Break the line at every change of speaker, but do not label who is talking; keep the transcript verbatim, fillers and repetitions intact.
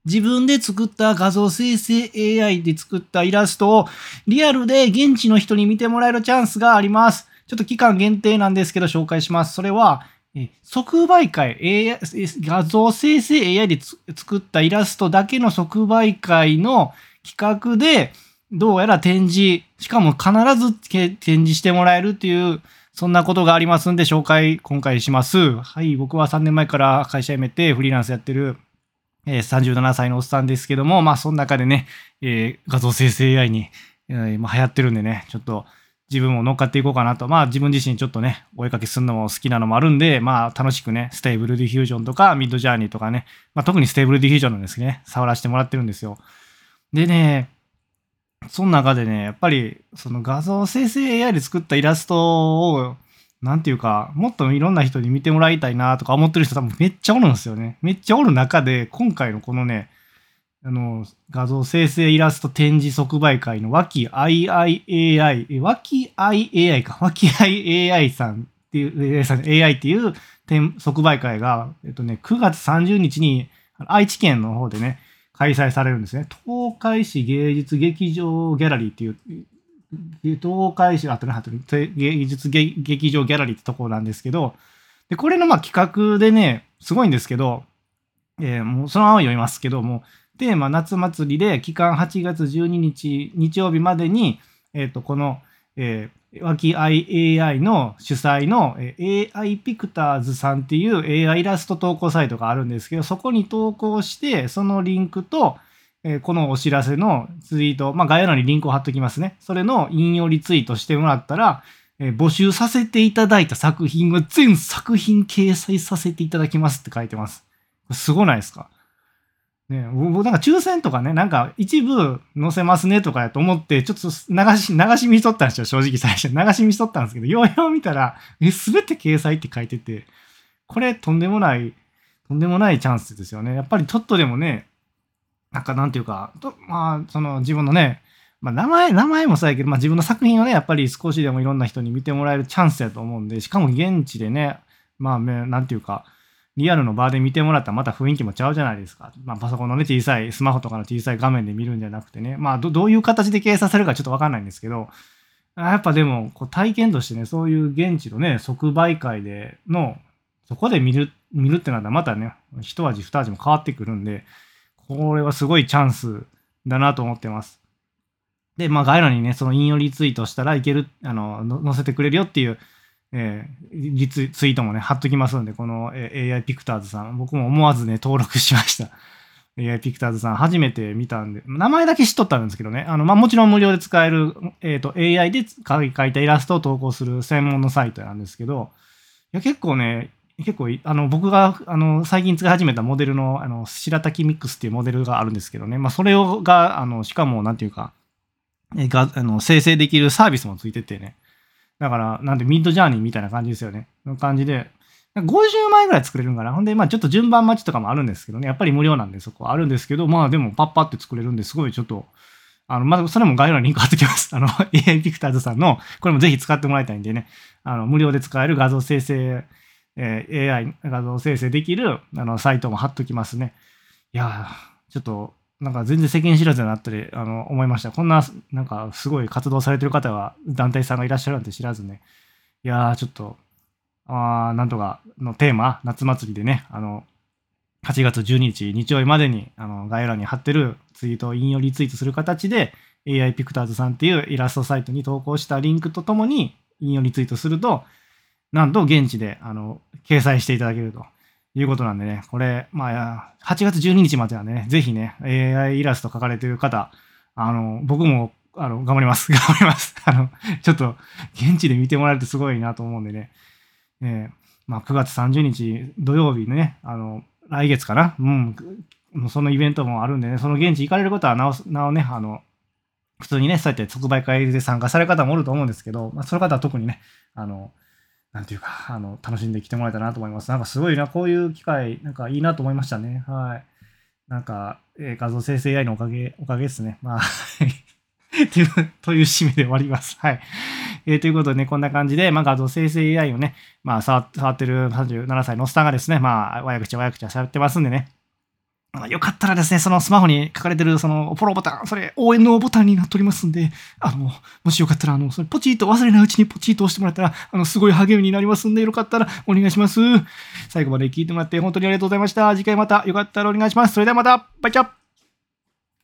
自分で作った画像生成 エーアイ で作ったイラストをリアルで現地の人に見てもらえるチャンスがあります。ちょっと期間限定なんですけど紹介します。それは、え即売会、エーアイ、画像生成 エーアイ で作ったイラストだけの即売会の企画で、どうやら展示、しかも必ず展示してもらえるっていう、そんなことがありますんで紹介今回します。はい、僕はさんねんまえから会社辞めてフリーランスやってる、えー、さんじゅうななさいのおっさんですけども、まあその中でね、えー、画像生成 エーアイ に、えー、今流行ってるんでね、ちょっと自分も乗っかっていこうかなと。まあ自分自身ちょっとね、お絵かきするのも好きなのもあるんで、まあ楽しくね、ステーブルディフュージョンとかミッドジャーニーとかね、まあ特にステーブルディフュージョンなんですけどね、触らせてもらってるんですよ。でね、その中でね、やっぱりその画像生成 エーアイ で作ったイラストを、なんていうか、もっといろんな人に見てもらいたいなとか思ってる人多分めっちゃおるんですよね。めっちゃおる中で、今回のこのね、あの、画像生成イラスト展示即売会の和気あいあい エーアイ、え和気あい エーアイ か、和気あい エーアイ さんっていう、エーアイ っていう展即売会が、えっとね、くがつさんじゅうにちに愛知県の方でね、開催されるんですね。東海市芸術劇場ギャラリーっていう、東海市、あとね、あとね芸術劇場ギャラリーってところなんですけど、で、これのまあ企画でね、すごいんですけど、えー、もうそのまま読みますけども、テーマ夏祭りで期間はちがつじゅうににち日曜日までに、えー、とこの、えー、和気あい エーアイ の主催の、えー、エーアイ ピクターズさんっていう エーアイ イラスト投稿サイトがあるんですけど、そこに投稿してそのリンクと、えー、このお知らせのツイート、まあ、概要欄にリンクを貼っときますね。それの引用リツイートしてもらったら、えー、募集させていただいた作品を全作品掲載させていただきますって書いてます。すごないですか？ね、僕なんか抽選とかね、なんか一部載せますねとかやと思って、ちょっと流し、流し見とったんですよ、正直最初。流し見とったんですけど、ようよう見たら、え、すべて掲載って書いてて、これとんでもない、とんでもないチャンスですよね。やっぱりちょっとでもね、なんかなんていうか、とまあ、その自分のね、まあ名前、名前もそうやけど、まあ自分の作品をね、やっぱり少しでもいろんな人に見てもらえるチャンスやと思うんで、しかも現地でね、まあ、なんていうか、リアルの場で見てもらったらまた雰囲気もちゃうじゃないですか。まあ、パソコンのね、小さい、スマホとかの小さい画面で見るんじゃなくてね、まあ、どどういう形で掲載されるかちょっとわかんないんですけど、やっぱでも、こう体験としてね、そういう現地のね、即売会での、そこで見る、見るってなったらまたね、一味二味も変わってくるんで、これはすごいチャンスだなと思ってます。で、まあ、概要欄にね、その引用リツイートしたらいける、あの、載せてくれるよっていう、えー、リツイートもね、貼っときますんで、この エーアイ ピクターズさん、僕も思わずね、登録しました。エーアイ ピクターズさん、初めて見たんで、名前だけ知っとったんですけどね、あの、まあ、もちろん無料で使える、えっと、エーアイ で描いたイラストを投稿する専門のサイトなんですけど、いや、結構ね、結構、あの、僕が、あの、最近使い始めたモデルの、あの、白滝ミックスっていうモデルがあるんですけどね、まあ、それをが、あの、しかも、なんていうか、えがあの生成できるサービスもついててね。だから、なんでミッドジャーニーみたいな感じですよね。の感じで、ごじゅうまいぐらい作れるんかな。ほんで、まあちょっと順番待ちとかもあるんですけどね。やっぱり無料なんでそこあるんですけど、まあでもパッパって作れるんですごいちょっと、あの、まだそれも概要欄にリンク貼ってきます。あの、エーアイ ピクターズさんの、これもぜひ使ってもらいたいんでね。あの、無料で使える画像生成、えー、エーアイ 画像生成できる、あの、サイトも貼っときますね。いやー、ちょっと、なんか全然世間知らずになったり、あの、思いました。こんな、なんかすごい活動されてる方が、団体さんがいらっしゃるなんて知らずね。いやー、ちょっと、あーなんとかのテーマ、夏祭りでね、あの、はちがつじゅうににち日曜日までに、あの、概要欄に貼ってるツイートを引用リツイートする形で、エーアイ ピクターズさんっていうイラストサイトに投稿したリンクとともに引用リツイートすると、なんと現地で、あの、掲載していただけると。いうことなんでね、これ、まあ、はちがつじゅうににちまではね、ぜひね、エーアイ イラスト描かれてる方、あの、僕も、あの、頑張ります。頑張ります。あの、ちょっと、現地で見てもらえるとすごいなと思うんでね、えー、まあ、くがつさんじゅうにち土曜日ね、あの、来月かな、うん、そのイベントもあるんでね、その現地行かれる方はなお、なおね、あの、普通にね、そうやって即売会で参加される方もおると思うんですけど、まあ、その方は特にね、あの、なんていうか、あの、楽しんできてもらえたらなと思います。なんかすごいな、こういう機会、なんかいいなと思いましたね。はい。なんか、えー画像生成 エーアイ のおかげ、おかげですね。まあ、という、という締めで終わります。はい。えーということでね、こんな感じで、まあ、画像生成 エーアイ をね、まあ、触触ってるさんじゅうななさいのおっさんがですね、まあ、わやくちゃわやくちゃ喋ってますんでね。 あのよかったらですね、そのスマホに書かれてるそのフォローボタン、それ応援のボタンになっておりますんで、あの、もしよかったら、あの、それポチッと忘れないうちにポチッと押してもらったら、あの、すごい励みになりますんで、よかったらお願いします。最後まで聞いてもらって本当にありがとうございました。次回またよかったらお願いします。それではまた、バイチャ